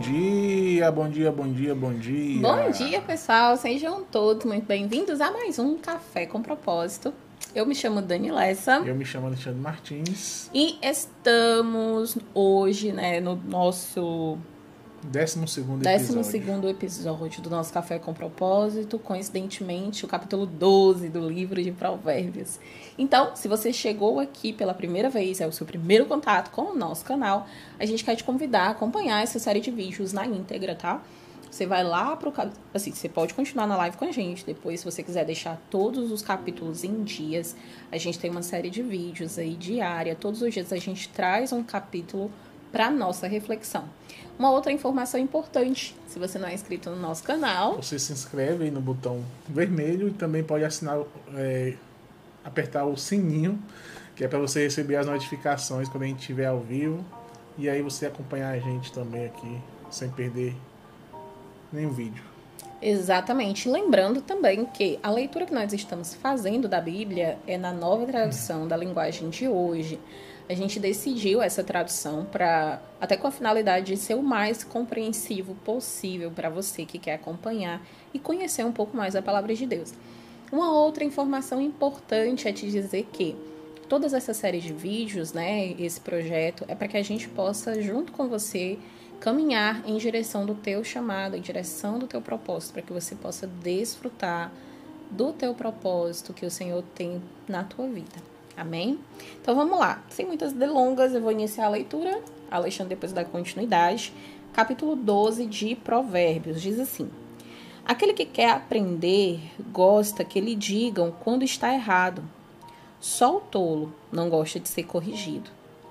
dia, bom dia, bom dia, bom dia. Bom dia, pessoal. Sejam todos muito bem-vindos a mais um Café com Propósito. Eu me chamo Dani Lessa. Eu me chamo Alexandre Martins. E estamos hoje, no nosso 12º episódio do nosso Café com Propósito, coincidentemente o capítulo 12 do livro de Provérbios. Então, se você chegou aqui pela primeira vez, é o seu primeiro contato com o nosso canal, a gente quer te convidar a acompanhar essa série de vídeos na íntegra, tá? Você vai lá pro... Assim, você pode continuar na live com a gente. Depois, se você quiser deixar todos os capítulos em dias, a gente tem uma série de vídeos aí diária. Todos os dias a gente traz um capítulo para nossa reflexão. Uma outra informação importante, se você não é inscrito no nosso canal, você se inscreve aí no botão vermelho e também pode apertar o sininho, que é para você receber as notificações quando a gente estiver ao vivo. E aí você acompanhar a gente também aqui, sem perder nenhum vídeo. Exatamente. Lembrando também que a leitura que nós estamos fazendo da Bíblia é na nova tradução da linguagem de hoje. A gente decidiu essa tradução até com a finalidade de ser o mais compreensivo possível para você que quer acompanhar e conhecer um pouco mais a palavra de Deus. Uma outra informação importante é te dizer que todas essas séries de vídeos, esse projeto, é para que a gente possa, junto com você, caminhar em direção do teu chamado, em direção do teu propósito, para que você possa desfrutar do teu propósito que o Senhor tem na tua vida. Amém? Então vamos lá. Sem muitas delongas, eu vou iniciar a leitura. Alexandre depois dá continuidade. Capítulo 12 de Provérbios diz assim: aquele que quer aprender gosta que lhe digam quando está errado. Só o tolo não gosta de ser corrigido.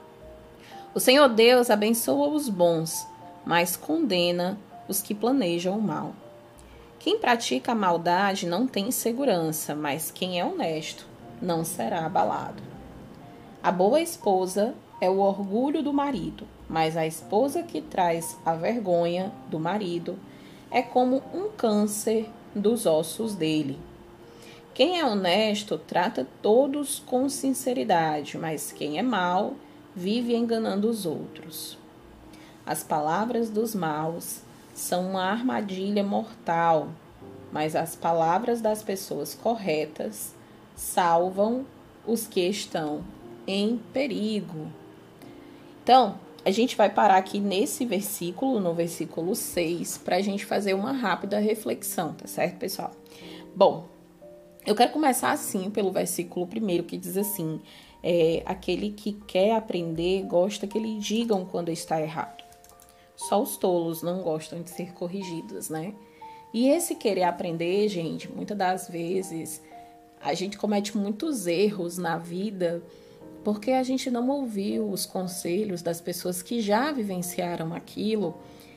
O Senhor Deus abençoa os bons, mas condena os que planejam o mal. Quem pratica a maldade não tem segurança, mas quem é honesto não será abalado. A boa esposa é o orgulho do marido, mas a esposa que traz a vergonha do marido é como um câncer dos ossos dele. Quem é honesto trata todos com sinceridade, mas quem é mau vive enganando os outros. As palavras dos maus são uma armadilha mortal, mas as palavras das pessoas corretas salvam os que estão em perigo. Então, a gente vai parar aqui nesse versículo, no versículo 6, para a gente fazer uma rápida reflexão, tá certo, pessoal? Bom, eu quero começar assim pelo versículo 1, que diz assim: aquele que quer aprender gosta que lhe digam quando está errado. Só os tolos não gostam de ser corrigidos, né? E esse querer aprender, gente, muitas das vezes a gente comete muitos erros na vida porque a gente não ouviu os conselhos das pessoas que já vivenciaram aquilo.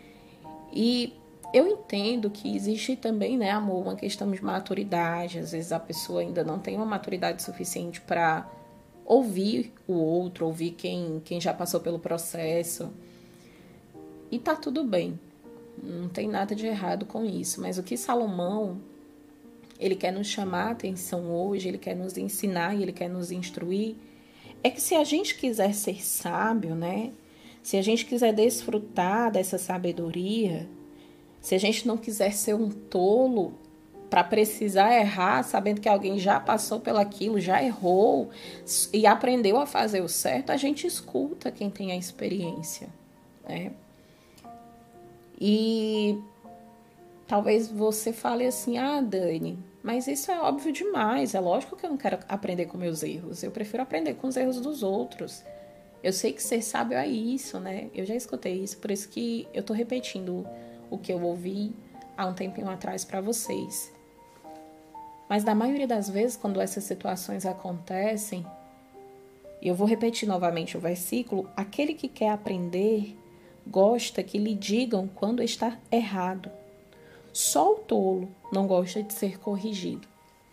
E eu entendo que existe também, amor, uma questão de maturidade. Às vezes a pessoa ainda não tem uma maturidade suficiente para ouvir o outro, ouvir quem já passou pelo processo. E tá tudo bem, não tem nada de errado com isso. Mas o que Salomão, ele quer nos chamar a atenção hoje, ele quer nos ensinar e ele quer nos instruir, é que se a gente quiser ser sábio, se a gente quiser desfrutar dessa sabedoria, se a gente não quiser ser um tolo para precisar errar, sabendo que alguém já passou pelaquilo, já errou e aprendeu a fazer o certo, a gente escuta quem tem a experiência, E talvez você fale assim: ah, Dani, mas isso é óbvio demais. É lógico que eu não quero aprender com meus erros. Eu prefiro aprender com os erros dos outros. Eu sei que ser sábio é isso, Eu já escutei isso, por isso que eu tô repetindo o que eu ouvi há um tempinho atrás para vocês. Mas na maioria das vezes, quando essas situações acontecem, e eu vou repetir novamente o versículo: aquele que quer aprender gosta que lhe digam quando está errado. Só o tolo não gosta de ser corrigido.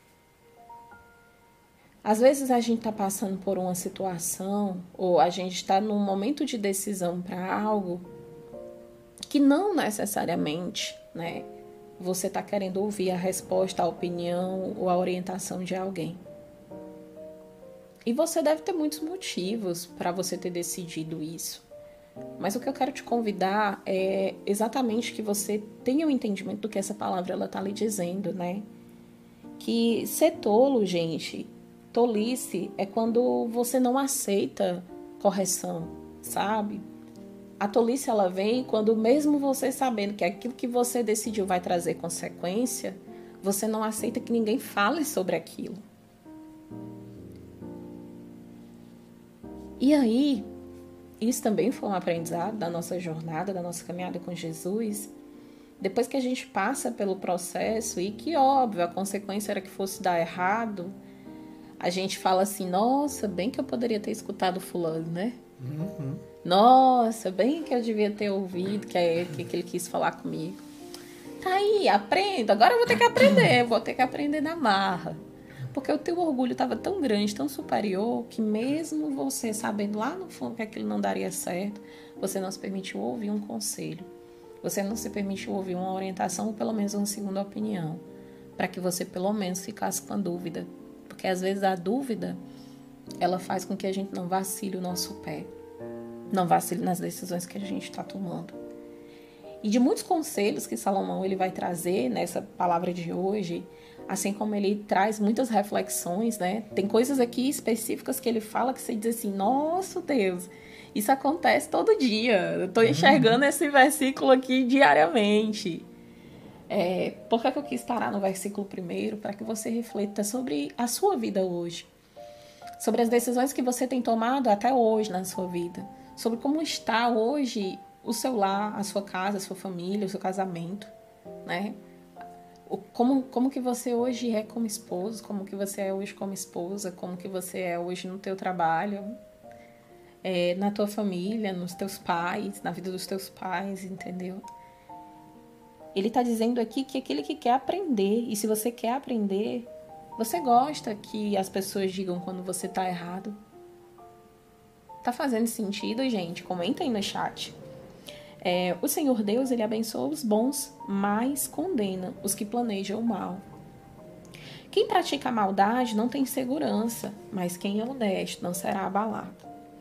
Às vezes a gente está passando por uma situação, ou a gente está num momento de decisão para algo que não necessariamente, você está querendo ouvir a resposta, a opinião ou a orientação de alguém. E você deve ter muitos motivos para você ter decidido isso. Mas o que eu quero te convidar é exatamente que você tenha o entendimento do que essa palavra ela tá lhe dizendo, né? Que ser tolo, gente, tolice é quando você não aceita correção, sabe? A tolice ela vem quando mesmo você sabendo que aquilo que você decidiu vai trazer consequência, você não aceita que ninguém fale sobre aquilo. E aí, isso também foi um aprendizado da nossa jornada, da nossa caminhada com Jesus. Depois que a gente passa pelo processo e que, óbvio, a consequência era que fosse dar errado, a gente fala assim, nossa, bem que eu poderia ter escutado fulano, né? Uhum. Nossa, bem que eu devia ter ouvido que ele quis falar comigo. Tá aí, aprendo. Agora eu vou ter que aprender, vou ter que aprender na marra. Porque o teu orgulho estava tão grande, tão superior, que mesmo você sabendo lá no fundo que aquilo não daria certo, você não se permitiu ouvir um conselho. Você não se permitiu ouvir uma orientação ou pelo menos uma segunda opinião, para que você pelo menos ficasse com a dúvida. Porque às vezes a dúvida, ela faz com que a gente não vacile o nosso pé, não vacile nas decisões que a gente está tomando. E de muitos conselhos que Salomão ele vai trazer nessa palavra de hoje, assim como ele traz muitas reflexões, né? Tem coisas aqui específicas que ele fala que você diz assim, nossa Deus, isso acontece todo dia. Eu estou enxergando esse versículo aqui diariamente. Por que eu quis parar no versículo primeiro? Para que você reflita sobre a sua vida hoje. Sobre as decisões que você tem tomado até hoje na sua vida. Sobre como está hoje o seu lar, a sua casa, a sua família, o seu casamento, né? Como que você hoje é como esposo, como que você é hoje como esposa, como que você é hoje no teu trabalho, na tua família, nos teus pais, na vida dos teus pais, entendeu? Ele está dizendo aqui que aquele que quer aprender, e se você quer aprender, você gosta que as pessoas digam quando você está errado. Tá fazendo sentido, gente? Comenta aí no chat. O Senhor Deus, ele abençoa os bons, mas condena os que planejam o mal. Quem pratica a maldade não tem segurança, mas quem é honesto não será abalado.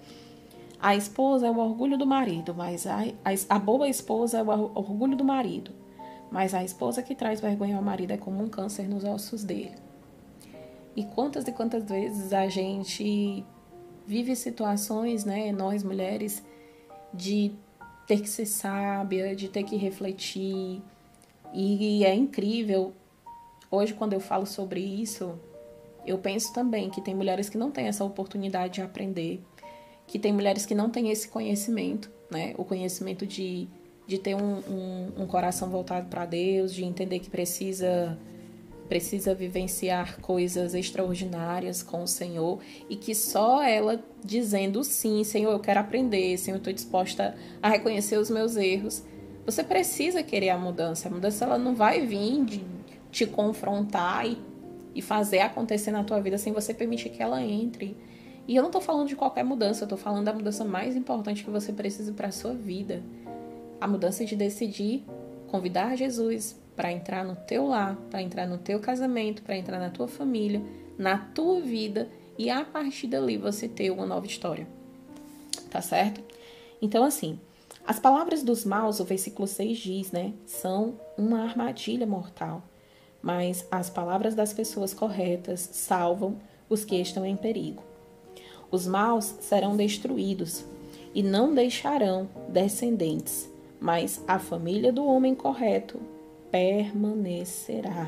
A esposa é o orgulho do marido, mas a boa esposa é o orgulho do marido, mas a esposa que traz vergonha ao marido é como um câncer nos ossos dele. E quantas vezes a gente vive situações, né, nós mulheres, de ter que ser sábia, de ter que refletir. E é incrível. Hoje, quando eu falo sobre isso, eu penso também que tem mulheres que não têm essa oportunidade de aprender, que tem mulheres que não têm esse conhecimento, né? O conhecimento de ter um coração voltado para Deus, de entender que precisa vivenciar coisas extraordinárias com o Senhor e que só ela dizendo sim, Senhor, eu quero aprender, Senhor, eu estou disposta a reconhecer os meus erros. Você precisa querer a mudança. A mudança ela não vai vir de te confrontar e fazer acontecer na tua vida sem você permitir que ela entre. E eu não estou falando de qualquer mudança, eu estou falando da mudança mais importante que você precisa para a sua vida. A mudança de decidir convidar Jesus para entrar no teu lar, para entrar no teu casamento, para entrar na tua família, na tua vida e a partir dali você ter uma nova história. Tá certo? Então, assim, as palavras dos maus, o versículo 6 diz, né, são uma armadilha mortal, mas as palavras das pessoas corretas salvam os que estão em perigo. Os maus serão destruídos e não deixarão descendentes, mas a família do homem correto permanecerá.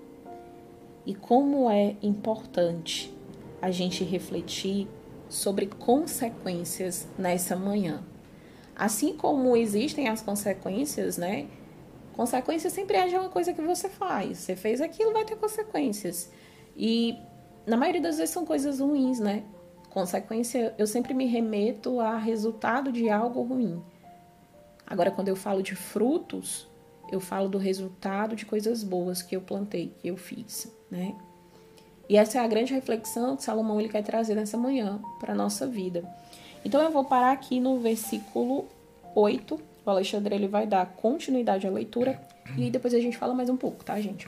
E como é importante a gente refletir sobre consequências nessa manhã. Assim como existem as consequências, né? Consequências sempre é de uma coisa que você faz. Você fez aquilo, vai ter consequências. E na maioria das vezes são coisas ruins, né? Consequência, eu sempre me remeto a resultado de algo ruim. Agora, quando eu falo de frutos, eu falo do resultado de coisas boas que eu plantei, que eu fiz, né? E essa é a grande reflexão que Salomão ele quer trazer nessa manhã para a nossa vida. Então, eu vou parar aqui no versículo 8. O Alexandre ele vai dar continuidade à leitura e aí depois a gente fala mais um pouco, tá, gente?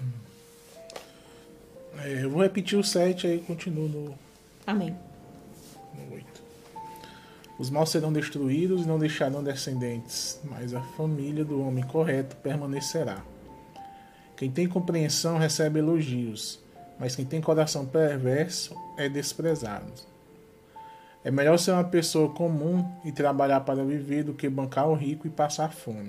Eu vou repetir o 7 aí, continuo no Amém. 8. Os maus serão destruídos e não deixarão descendentes, mas a família do homem correto permanecerá. Quem tem compreensão recebe elogios, mas quem tem coração perverso é desprezado. É melhor ser uma pessoa comum e trabalhar para viver do que bancar o rico e passar fome.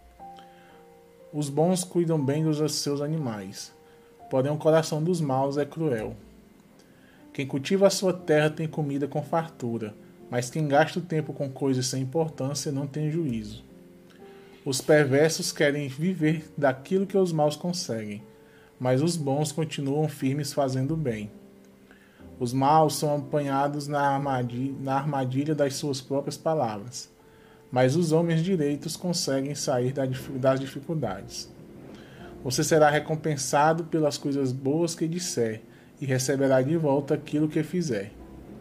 Os bons cuidam bem dos seus animais, porém o coração dos maus é cruel. Quem cultiva a sua terra tem comida com fartura, mas quem gasta o tempo com coisas sem importância não tem juízo. Os perversos querem viver daquilo que os maus conseguem, mas os bons continuam firmes fazendo bem. Os maus são apanhados na armadilha das suas próprias palavras, mas os homens direitos conseguem sair das dificuldades. Você será recompensado pelas coisas boas que disser, e receberá de volta aquilo que fizer.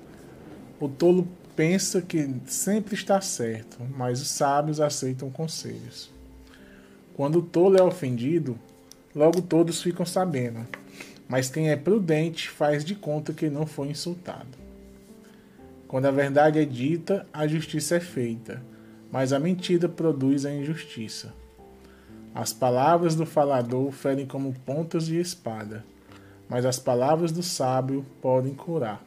O tolo pensa que sempre está certo, mas os sábios aceitam conselhos. Quando o tolo é ofendido, logo todos ficam sabendo, mas quem é prudente faz de conta que não foi insultado. Quando a verdade é dita, a justiça é feita, mas a mentira produz a injustiça. As palavras do falador ferem como pontas de espada, mas as palavras do sábio podem curar.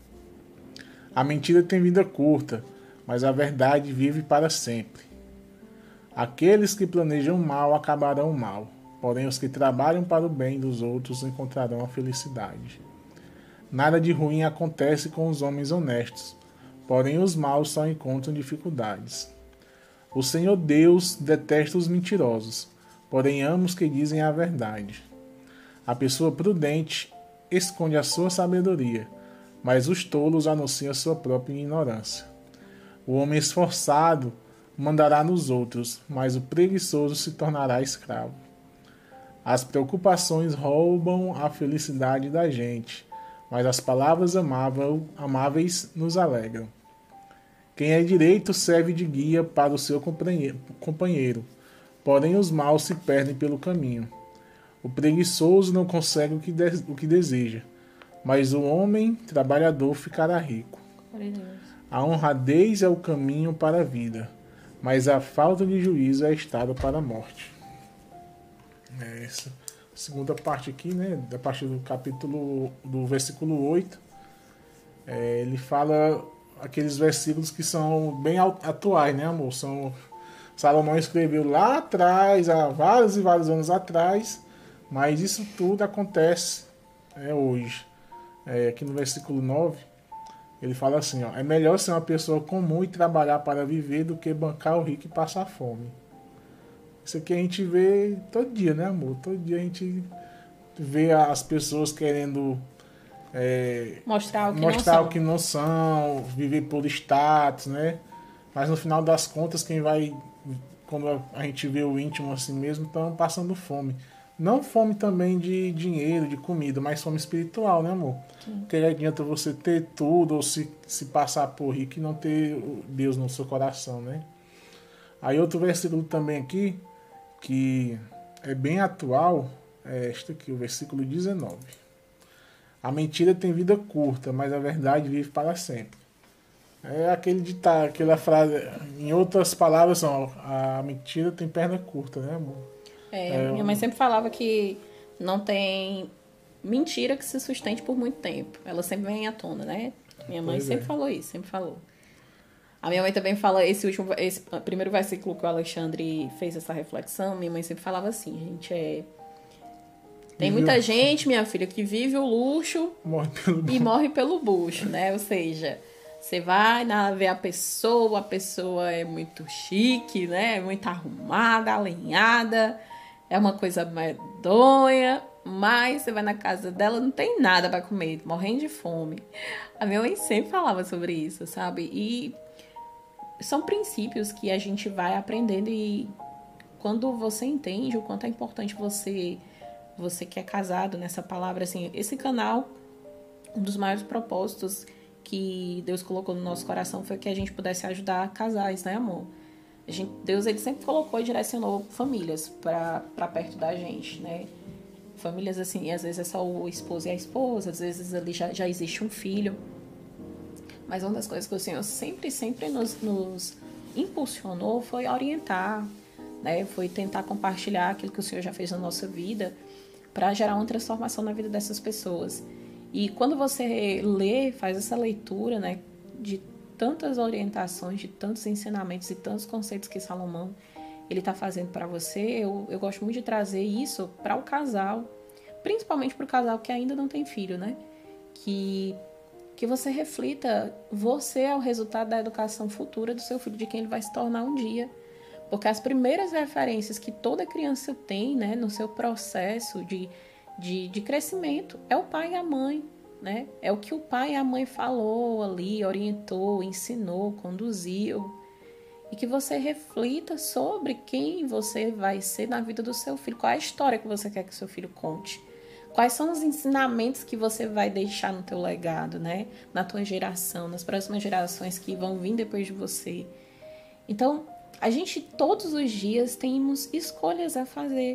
A mentira tem vida curta, mas a verdade vive para sempre. Aqueles que planejam mal acabarão mal, porém os que trabalham para o bem dos outros encontrarão a felicidade. Nada de ruim acontece com os homens honestos, porém os maus só encontram dificuldades. O Senhor Deus detesta os mentirosos, porém ama os que dizem a verdade. A pessoa prudente esconde a sua sabedoria, mas os tolos anunciam a sua própria ignorância. O homem esforçado mandará nos outros, mas o preguiçoso se tornará escravo. As preocupações roubam a felicidade da gente, mas as palavras amáveis nos alegram. Quem é direito serve de guia para o seu companheiro, porém os maus se perdem pelo caminho. O preguiçoso não consegue o que deseja, mas o homem trabalhador ficará rico. A honradez é o caminho para a vida, mas a falta de juízo é a estrada para a morte. Essa segunda parte aqui, né, da parte do versículo 8, ele fala aqueles versículos que são bem atuais, né, amor? Salomão escreveu lá atrás, há vários e vários anos atrás, mas isso tudo acontece hoje. Aqui no versículo 9, ele fala assim, é melhor ser uma pessoa comum e trabalhar para viver do que bancar o rico e passar fome. Isso aqui a gente vê todo dia, né, amor? Todo dia a gente vê as pessoas querendo mostrar o que não são, viver por status, né? Mas no final das contas, quando a gente vê o íntimo assim mesmo, estão passando fome. Não fome também de dinheiro, de comida, mas fome espiritual, né, amor? Sim. Porque adianta você ter tudo ou se passar por rico e não ter Deus no seu coração, né? Aí outro versículo também aqui, que é bem atual, é este aqui, o versículo 19. A mentira tem vida curta, mas a verdade vive para sempre. É aquele ditado, aquela frase, em outras palavras, a mentira tem perna curta, né, amor? Minha mãe sempre falava que não tem mentira que se sustente por muito tempo. Ela sempre vem à tona, né? Minha mãe sempre falou isso, sempre falou. A minha mãe também fala, esse primeiro versículo que o Alexandre fez essa reflexão, minha mãe sempre falava assim, gente, tem muita gente, minha filha, que vive o luxo e morre pelo bucho, né? Ou seja, você vai ver a pessoa é muito chique, né? Muito arrumada, alinhada, é uma coisa medonha, mas você vai na casa dela, não tem nada para comer, morrendo de fome. A minha mãe sempre falava sobre isso, sabe? E são princípios que a gente vai aprendendo e quando você entende o quanto é importante você que é casado nessa palavra, assim, esse canal, um dos maiores propósitos que Deus colocou no nosso coração foi que a gente pudesse ajudar casais, né, amor? Deus, ele sempre colocou e direcionou famílias para perto da gente, né? Famílias, assim, às vezes é só o esposo e a esposa, às vezes ali já existe um filho. Mas uma das coisas que o Senhor sempre nos impulsionou foi orientar, né? Foi tentar compartilhar aquilo que o Senhor já fez na nossa vida para gerar uma transformação na vida dessas pessoas. E quando você lê, faz essa leitura, né, de tantas orientações, de tantos ensinamentos e tantos conceitos que Salomão ele está fazendo para você, eu gosto muito de trazer isso para o casal, principalmente para o casal que ainda não tem filho, né? Que você reflita, você é o resultado da educação futura do seu filho, de quem ele vai se tornar um dia. Porque as primeiras referências que toda criança tem, né, no seu processo de crescimento é o pai e a mãe, né? É o que o pai e a mãe falou ali, orientou, ensinou, conduziu. E que você reflita sobre quem você vai ser na vida do seu filho. Qual é a história que você quer que seu filho conte? Quais são os ensinamentos que você vai deixar no teu legado, né? Na tua geração, nas próximas gerações que vão vir depois de você. Então, a gente todos os dias temos escolhas a fazer.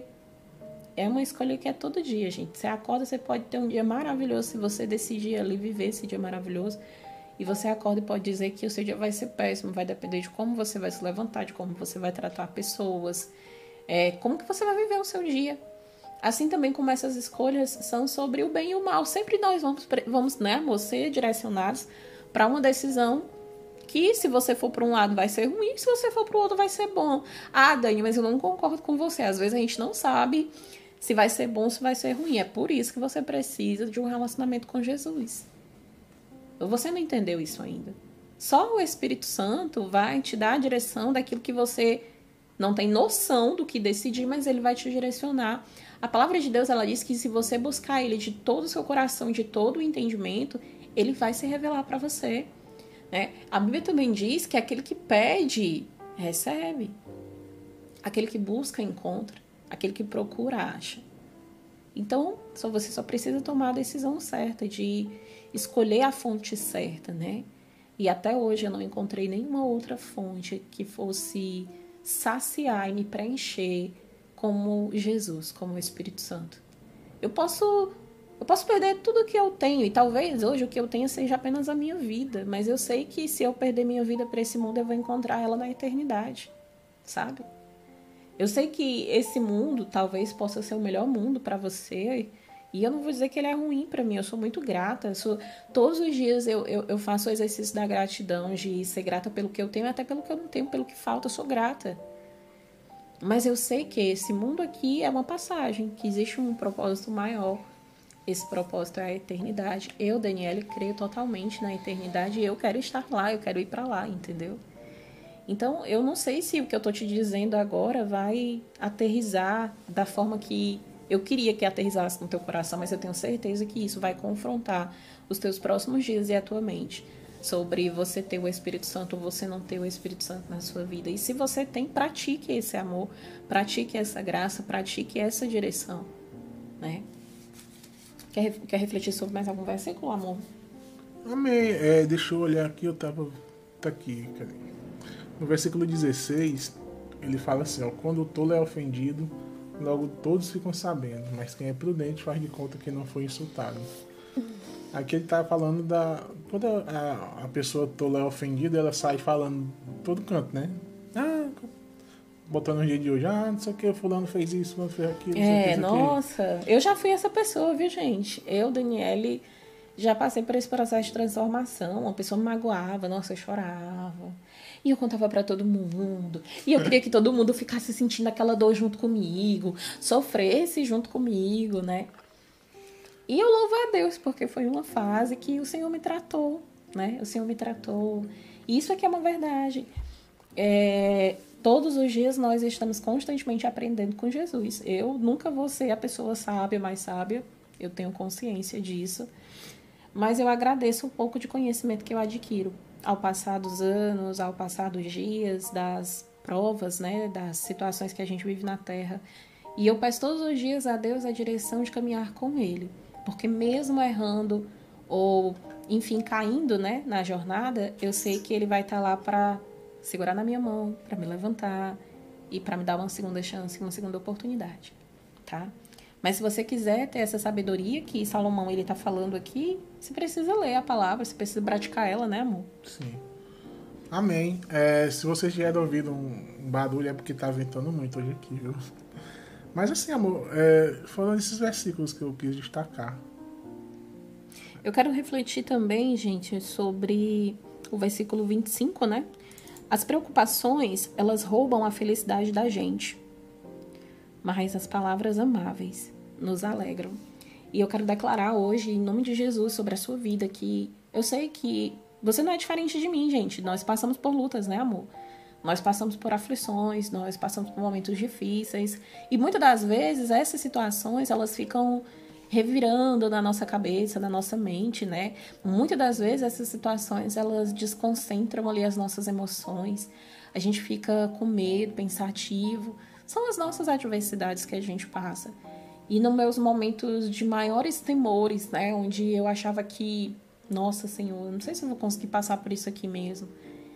É uma escolha que é todo dia, gente. Você acorda, você pode ter um dia maravilhoso se você decidir ali viver esse dia maravilhoso. E você acorda e pode dizer que o seu dia vai ser péssimo, vai depender de como você vai se levantar, de como você vai tratar pessoas, como que você vai viver o seu dia. Assim também como essas escolhas são sobre o bem e o mal. Sempre nós vamos, né, amor, ser direcionados para uma decisão que, se você for para um lado, vai ser ruim, se você for para o outro, vai ser bom. Ah, Dani, mas eu não concordo com você. Às vezes a gente não sabe se vai ser bom ou se vai ser ruim. É por isso que você precisa de um relacionamento com Jesus. Você não entendeu isso ainda. Só o Espírito Santo vai te dar a direção daquilo que você não tem noção do que decidir, mas ele vai te direcionar. A palavra de Deus, ela diz que se você buscar ele de todo o seu coração, de todo o entendimento, ele vai se revelar para você, né? A Bíblia também diz que aquele que pede, recebe. Aquele que busca, encontra. Aquele que procura, acha. Então, você só precisa tomar a decisão certa de escolher a fonte certa, né? E até hoje eu não encontrei nenhuma outra fonte que fosse saciar e me preencher como Jesus, como o Espírito Santo. Eu posso perder tudo que eu tenho, e talvez hoje o que eu tenha seja apenas a minha vida, mas eu sei que se eu perder minha vida para esse mundo, eu vou encontrar ela na eternidade, sabe? Eu sei que esse mundo talvez possa ser o melhor mundo para você, e eu não vou dizer que ele é ruim para mim, eu sou muito grata. Todos os dias eu faço o exercício da gratidão, de ser grata pelo que eu tenho, até pelo que eu não tenho, pelo que falta, eu sou grata. Mas eu sei que esse mundo aqui é uma passagem, que existe um propósito maior. Esse propósito é a eternidade. Eu, Daniele, creio totalmente na eternidade e eu quero estar lá, eu quero ir para lá, entendeu? Então, eu não sei se o que eu tô te dizendo agora vai aterrissar da forma que eu queria que aterrissasse no teu coração, mas eu tenho certeza que isso vai confrontar os teus próximos dias e a tua mente sobre você ter o Espírito Santo ou você não ter o Espírito Santo na sua vida. E se você tem, pratique esse amor, pratique essa graça, pratique essa direção, né? Quer refletir sobre mais algum versículo, amor? Amém. Deixa eu olhar aqui, tá aqui, cadê? No versículo 16, ele fala assim, ó, quando o tolo é ofendido, logo todos ficam sabendo, mas quem é prudente faz de conta que não foi insultado. Aqui ele tá falando quando a pessoa tola é ofendida, ela sai falando em todo canto, né? Botando no dia de hoje, não sei o que, fulano fez isso, fulano fez aquilo, nossa, eu já fui essa pessoa, viu, gente? Eu, Daniele, já passei por esse processo de transformação. Uma pessoa me magoava, nossa, eu chorava. E eu contava pra todo mundo. E eu queria que todo mundo ficasse sentindo aquela dor junto comigo, sofresse junto comigo, né? E eu louvo a Deus, porque foi uma fase que o Senhor me tratou, né? O Senhor me tratou. E isso aqui é uma verdade. Todos os dias nós estamos constantemente aprendendo com Jesus. Eu nunca vou ser a pessoa sábia, mais sábia. Eu tenho consciência disso. Mas eu agradeço um pouco de conhecimento que eu adquiro ao passar dos anos, ao passar dos dias, das provas, né? Das situações que a gente vive na Terra. E eu peço todos os dias a Deus a direção de caminhar com Ele. Porque mesmo errando ou, enfim, caindo, né, na jornada, eu sei que Ele vai estar lá para segurar na minha mão, para me levantar e para me dar uma segunda chance, uma segunda oportunidade, tá? Mas se você quiser ter essa sabedoria que Salomão ele tá falando aqui, você precisa ler a palavra, você precisa praticar ela, né, amor? Sim. Amém. Se vocês tiverem ouvido um barulho é porque tá ventando muito hoje aqui, viu? Mas assim, amor, foram esses versículos que eu quis destacar. Eu quero refletir também, gente, sobre o versículo 25, né? As preocupações, elas roubam a felicidade da gente, mas as palavras amáveis nos alegram. E eu quero declarar hoje, em nome de Jesus, sobre a sua vida, que eu sei que você não é diferente de mim, gente. Nós passamos por lutas, né, amor? Nós passamos por aflições, nós passamos por momentos difíceis. E muitas das vezes, essas situações, elas ficam revirando na nossa cabeça, na nossa mente, né? Muitas das vezes, essas situações, elas desconcentram ali as nossas emoções. A gente fica com medo, pensativo. São as nossas adversidades que a gente passa. E nos meus momentos de maiores temores, né? Onde eu achava que, nossa, Senhor, não sei se eu vou conseguir passar por isso aqui mesmo.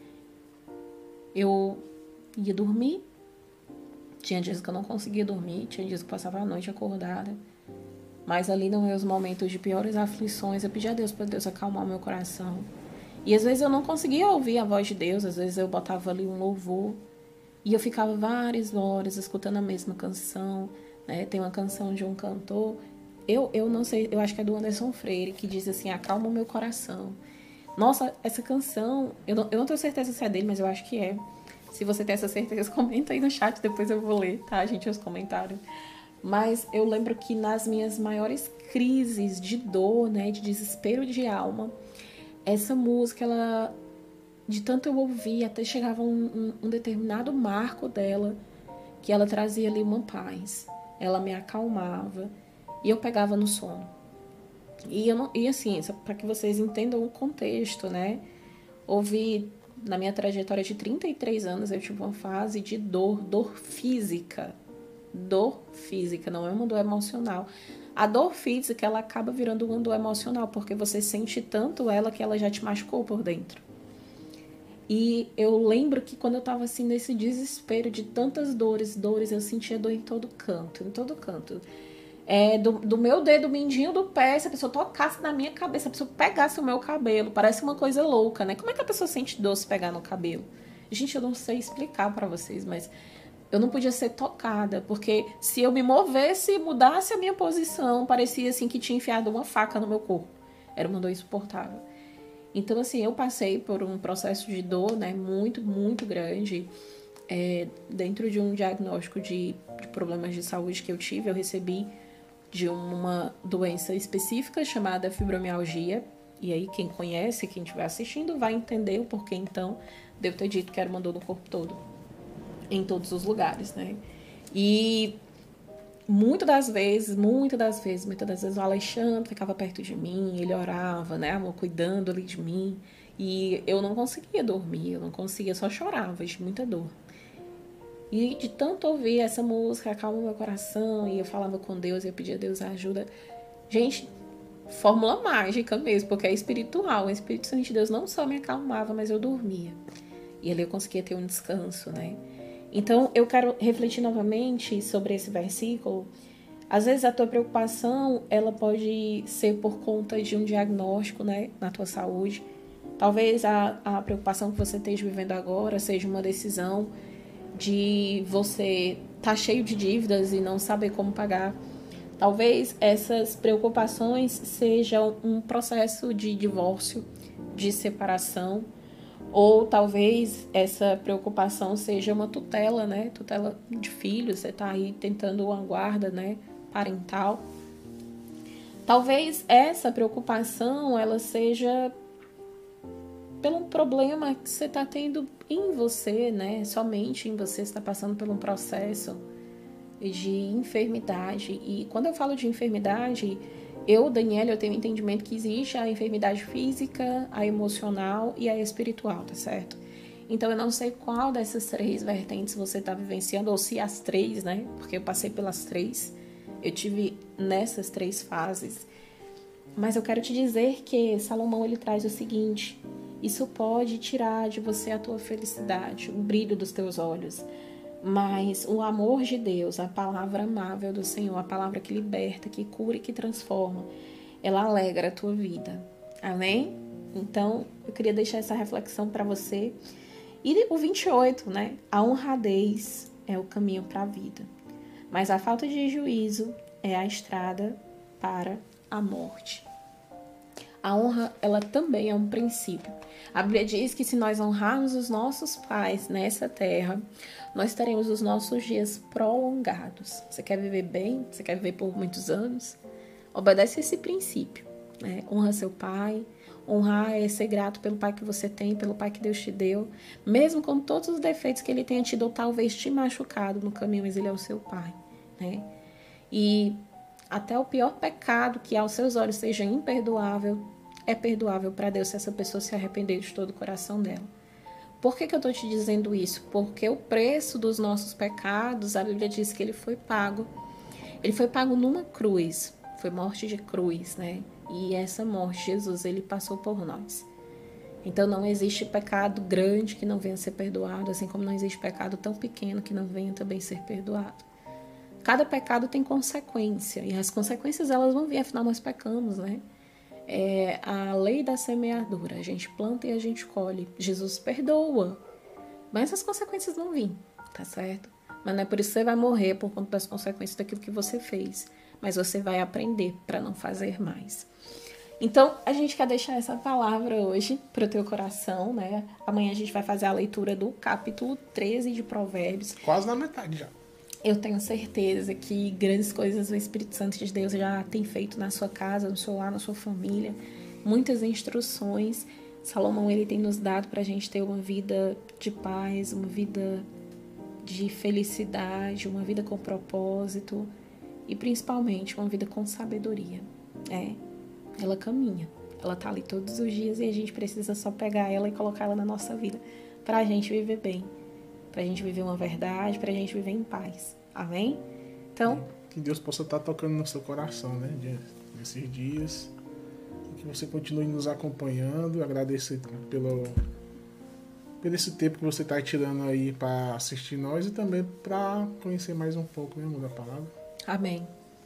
Eu ia dormir. Tinha dias que eu não conseguia dormir. Tinha dias que eu passava a noite acordada. Mas ali nos meus momentos de piores aflições, eu pedi a Deus para Deus acalmar o meu coração. E às vezes eu não conseguia ouvir a voz de Deus. Às vezes eu botava ali um louvor. E eu ficava várias horas escutando a mesma canção, né? Tem uma canção de um cantor, eu não sei, eu acho que é do Anderson Freire, que diz assim, acalma o meu coração. Nossa, essa canção, eu não tenho certeza se é dele, mas eu acho que é. Se você tem essa certeza, comenta aí no chat, depois eu vou ler, tá, gente, os comentários. Mas eu lembro que nas minhas maiores crises de dor, né, de desespero de alma, essa música, ela... de tanto eu ouvir, até chegava um determinado marco dela, que ela trazia ali uma paz. Ela me acalmava e eu pegava no sono. E assim, para que vocês entendam o contexto, né? Houve, na minha trajetória de 33 anos, eu tive uma fase de dor física. Dor física, não é uma dor emocional. A dor física, ela acaba virando uma dor emocional, porque você sente tanto ela que ela já te machucou por dentro. E eu lembro que quando eu tava assim nesse desespero de tantas dores, eu sentia dor em todo canto, do meu dedo mindinho do pé, se a pessoa tocasse na minha cabeça, se a pessoa pegasse o meu cabelo, parece uma coisa louca, né? Como é que a pessoa sente dor se pegar no cabelo? Gente, eu não sei explicar pra vocês, mas eu não podia ser tocada, porque se eu me movesse, mudasse a minha posição, parecia assim que tinha enfiado uma faca no meu corpo. Era uma dor insuportável. Então, assim, eu passei por um processo de dor, né, muito, muito grande. Dentro de um diagnóstico de problemas de saúde que eu tive, eu recebi de uma doença específica chamada fibromialgia. E aí, quem conhece, quem estiver assistindo, vai entender o porquê, então, de eu ter dito que era uma dor no corpo todo, em todos os lugares, né? E muitas das vezes, o Alexandre ficava perto de mim, ele orava, né, amor, cuidando ali de mim, e eu não conseguia dormir, eu não conseguia, só chorava de muita dor. E de tanto ouvir essa música, acalma meu coração, e eu falava com Deus, eu pedia a Deus ajuda. Gente, fórmula mágica mesmo, porque é espiritual, o Espírito Santo de Deus não só me acalmava, mas eu dormia. E ali eu conseguia ter um descanso, né? Então, eu quero refletir novamente sobre esse versículo. Às vezes, a tua preocupação, ela pode ser por conta de um diagnóstico, né, na tua saúde. Talvez a preocupação que você esteja vivendo agora seja uma decisão de você estar cheio de dívidas e não saber como pagar. Talvez essas preocupações sejam um processo de divórcio, de separação, ou talvez essa preocupação seja uma tutela, né? Tutela de filhos, você está aí tentando uma guarda, né, parental. Talvez essa preocupação, ela seja pelo problema que você está tendo em você, né? Somente em você está passando por um processo de enfermidade. E quando eu falo de enfermidade, Daniela, eu tenho um entendimento que existe a enfermidade física, a emocional e a espiritual, tá certo? Então, eu não sei qual dessas três vertentes você está vivenciando, ou se as três, né? Porque eu passei pelas três, eu tive nessas três fases. Mas eu quero te dizer que Salomão, ele traz o seguinte: isso pode tirar de você a tua felicidade, o brilho dos teus olhos. Mas o amor de Deus, a palavra amável do Senhor, a palavra que liberta, que cura e que transforma, ela alegra a tua vida. Amém? Então, eu queria deixar essa reflexão para você. E o 28, né? A honradez é o caminho para a vida, mas a falta de juízo é a estrada para a morte. A honra, ela também é um princípio. A Bíblia diz que se nós honrarmos os nossos pais nessa terra, nós teremos os nossos dias prolongados. Você quer viver bem? Você quer viver por muitos anos? Obedece esse princípio, né? Honra seu pai. Honrar é ser grato pelo pai que você tem, pelo pai que Deus te deu, mesmo com todos os defeitos que ele tenha tido ou talvez te machucado no caminho, mas ele é o seu pai, né? E até o pior pecado que aos seus olhos seja imperdoável, é perdoável para Deus se essa pessoa se arrepender de todo o coração dela. Por que eu estou te dizendo isso? Porque o preço dos nossos pecados, a Bíblia diz que ele foi pago. Ele foi pago numa cruz, foi morte de cruz, né? E essa morte, Jesus, ele passou por nós. Então não existe pecado grande que não venha a ser perdoado, assim como não existe pecado tão pequeno que não venha também ser perdoado. Cada pecado tem consequência, e as consequências elas vão vir, afinal nós pecamos, né? É a lei da semeadura, a gente planta e a gente colhe. Jesus perdoa, mas as consequências vão vir, tá certo? Mas não é por isso que você vai morrer por conta das consequências daquilo que você fez, mas você vai aprender para não fazer mais. Então, a gente quer deixar essa palavra hoje para o teu coração, né? Amanhã a gente vai fazer a leitura do capítulo 13 de Provérbios. Quase na metade já. Eu tenho certeza que grandes coisas o Espírito Santo de Deus já tem feito na sua casa, no seu lar, na sua família. Muitas instruções. Salomão, ele tem nos dado para a gente ter uma vida de paz, uma vida de felicidade, uma vida com propósito e principalmente uma vida com sabedoria. Ela caminha, ela tá ali todos os dias e a gente precisa só pegar ela e colocar ela na nossa vida pra gente viver bem, pra gente viver uma verdade, pra gente viver em paz. Amém? Então, que Deus possa estar tocando no seu coração, né, nesses dias. Que você continue nos acompanhando, agradecer pelo esse tempo que você está tirando aí para assistir nós e também para conhecer mais um pouco mesmo da palavra. Amém.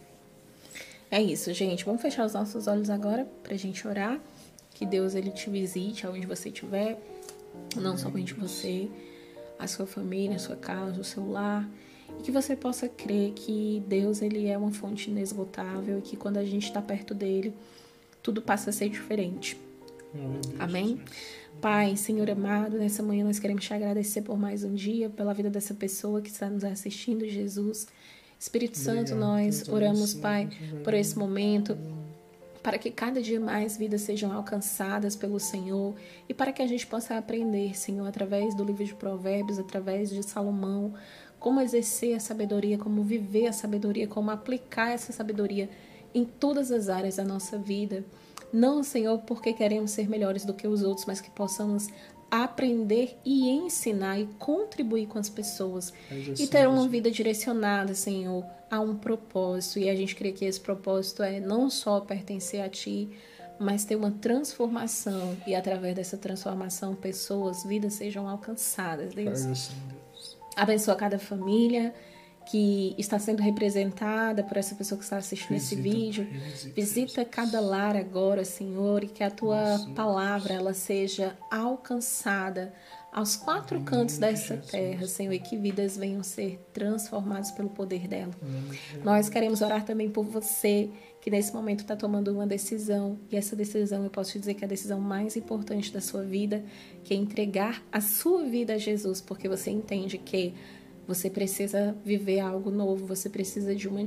É isso, gente. Vamos fechar os nossos olhos agora pra gente orar. Que Deus, ele te visite aonde você estiver. Não somente você, a sua família, a sua casa, o seu lar. E que você possa crer que Deus, ele é uma fonte inesgotável e que quando a gente está perto dele, tudo passa a ser diferente. Amém? Pai, Senhor amado, nessa manhã nós queremos te agradecer por mais um dia, pela vida dessa pessoa que está nos assistindo, Jesus. Espírito Santo, nós oramos, Pai, por esse momento, para que cada dia mais vidas sejam alcançadas pelo Senhor e para que a gente possa aprender, Senhor, através do livro de Provérbios, através de Salomão, como exercer a sabedoria, como viver a sabedoria, como aplicar essa sabedoria em todas as áreas da nossa vida. Não, Senhor, porque queremos ser melhores do que os outros, mas que possamos aprender e ensinar e contribuir com as pessoas e ter uma vida direcionada, Senhor, a um propósito. E a gente crê que esse propósito é não só pertencer a Ti, mas ter uma transformação e através dessa transformação pessoas, vidas sejam alcançadas, Deus. Abençoa cada família que está sendo representada por essa pessoa que está assistindo esse vídeo. Visita cada lar agora, Senhor, e que a Tua palavra ela seja alcançada aos quatro cantos dessa terra, Senhor, e que vidas venham ser transformadas pelo poder dela. Nós queremos orar também por você, que nesse momento está tomando uma decisão, e essa decisão, eu posso te dizer que é a decisão mais importante da sua vida, que é entregar a sua vida a Jesus, porque você entende que você precisa viver algo novo, você precisa de uma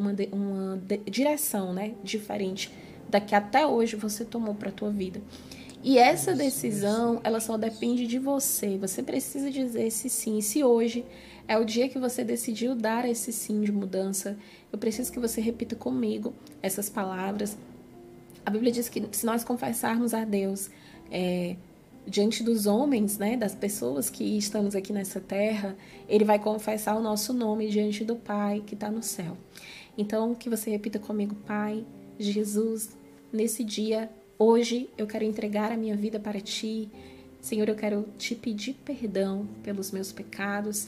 direção, né, diferente da que até hoje você tomou para a tua vida. E essa decisão, ela só depende de você. Você precisa dizer esse sim. E se hoje é o dia que você decidiu dar esse sim de mudança, eu preciso que você repita comigo essas palavras. A Bíblia diz que se nós confessarmos a Deus diante dos homens, né, das pessoas que estamos aqui nessa terra, Ele vai confessar o nosso nome diante do Pai que está no céu. Então, que você repita comigo: Pai, Jesus, nesse dia, hoje, eu quero entregar a minha vida para Ti. Senhor, eu quero Te pedir perdão pelos meus pecados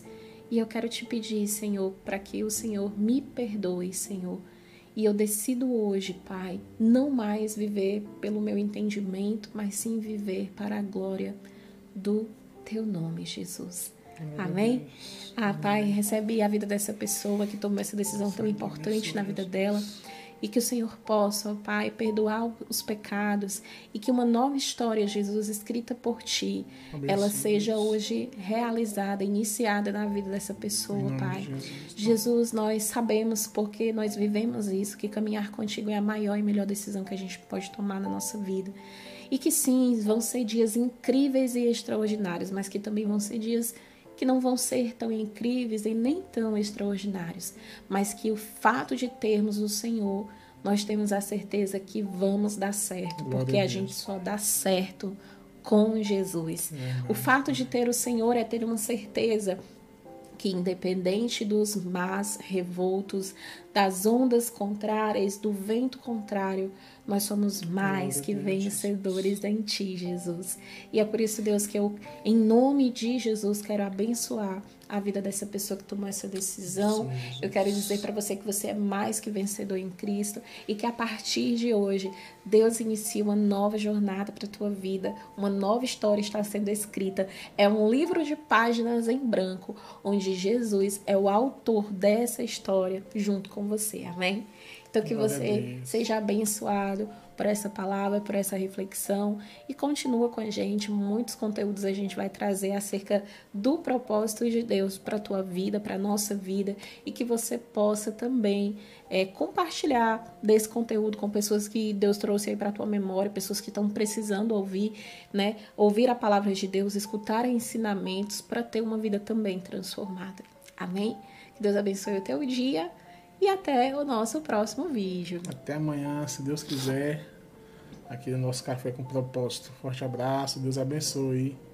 E eu quero te pedir, Senhor, para que o Senhor me perdoe, Senhor. E eu decido hoje, Pai, não mais viver pelo meu entendimento, mas sim viver para a glória do Teu nome, Jesus. Amém? Pai, recebe a vida dessa pessoa que tomou essa decisão tão importante na vida dela. E que o Senhor possa, ó Pai, perdoar os pecados e que uma nova história, Jesus, escrita por Ti, ela seja hoje realizada, iniciada na vida dessa pessoa, Pai. Jesus, nós sabemos, porque nós vivemos isso, que caminhar contigo é a maior e melhor decisão que a gente pode tomar na nossa vida. E que sim, vão ser dias incríveis e extraordinários, mas que também vão ser dias que não vão ser tão incríveis e nem tão extraordinários, mas que o fato de termos o Senhor, nós temos a certeza que vamos dar certo, porque a gente só dá certo com Jesus. O fato de ter o Senhor é ter uma certeza que, independente dos mares revoltos, das ondas contrárias, do vento contrário, nós somos mais que vencedores em Ti, Jesus. E é por isso, Deus, que eu, em nome de Jesus, quero abençoar a vida dessa pessoa que tomou essa decisão. Sim, eu quero dizer para você que você é mais que vencedor em Cristo e que a partir de hoje, Deus inicia uma nova jornada para a tua vida, uma nova história está sendo escrita. É um livro de páginas em branco, onde Jesus é o autor dessa história junto com você, amém? Então que você seja abençoado por essa palavra, por essa reflexão e continua com a gente. Muitos conteúdos a gente vai trazer acerca do propósito de Deus para a tua vida, para a nossa vida, e que você possa também compartilhar desse conteúdo com pessoas que Deus trouxe aí para a tua memória, pessoas que estão precisando ouvir, né? Ouvir a palavra de Deus, escutar ensinamentos para ter uma vida também transformada. Amém? Que Deus abençoe o teu dia. E até o nosso próximo vídeo. Até amanhã, se Deus quiser, aqui no nosso Café com Propósito. Forte abraço, Deus abençoe.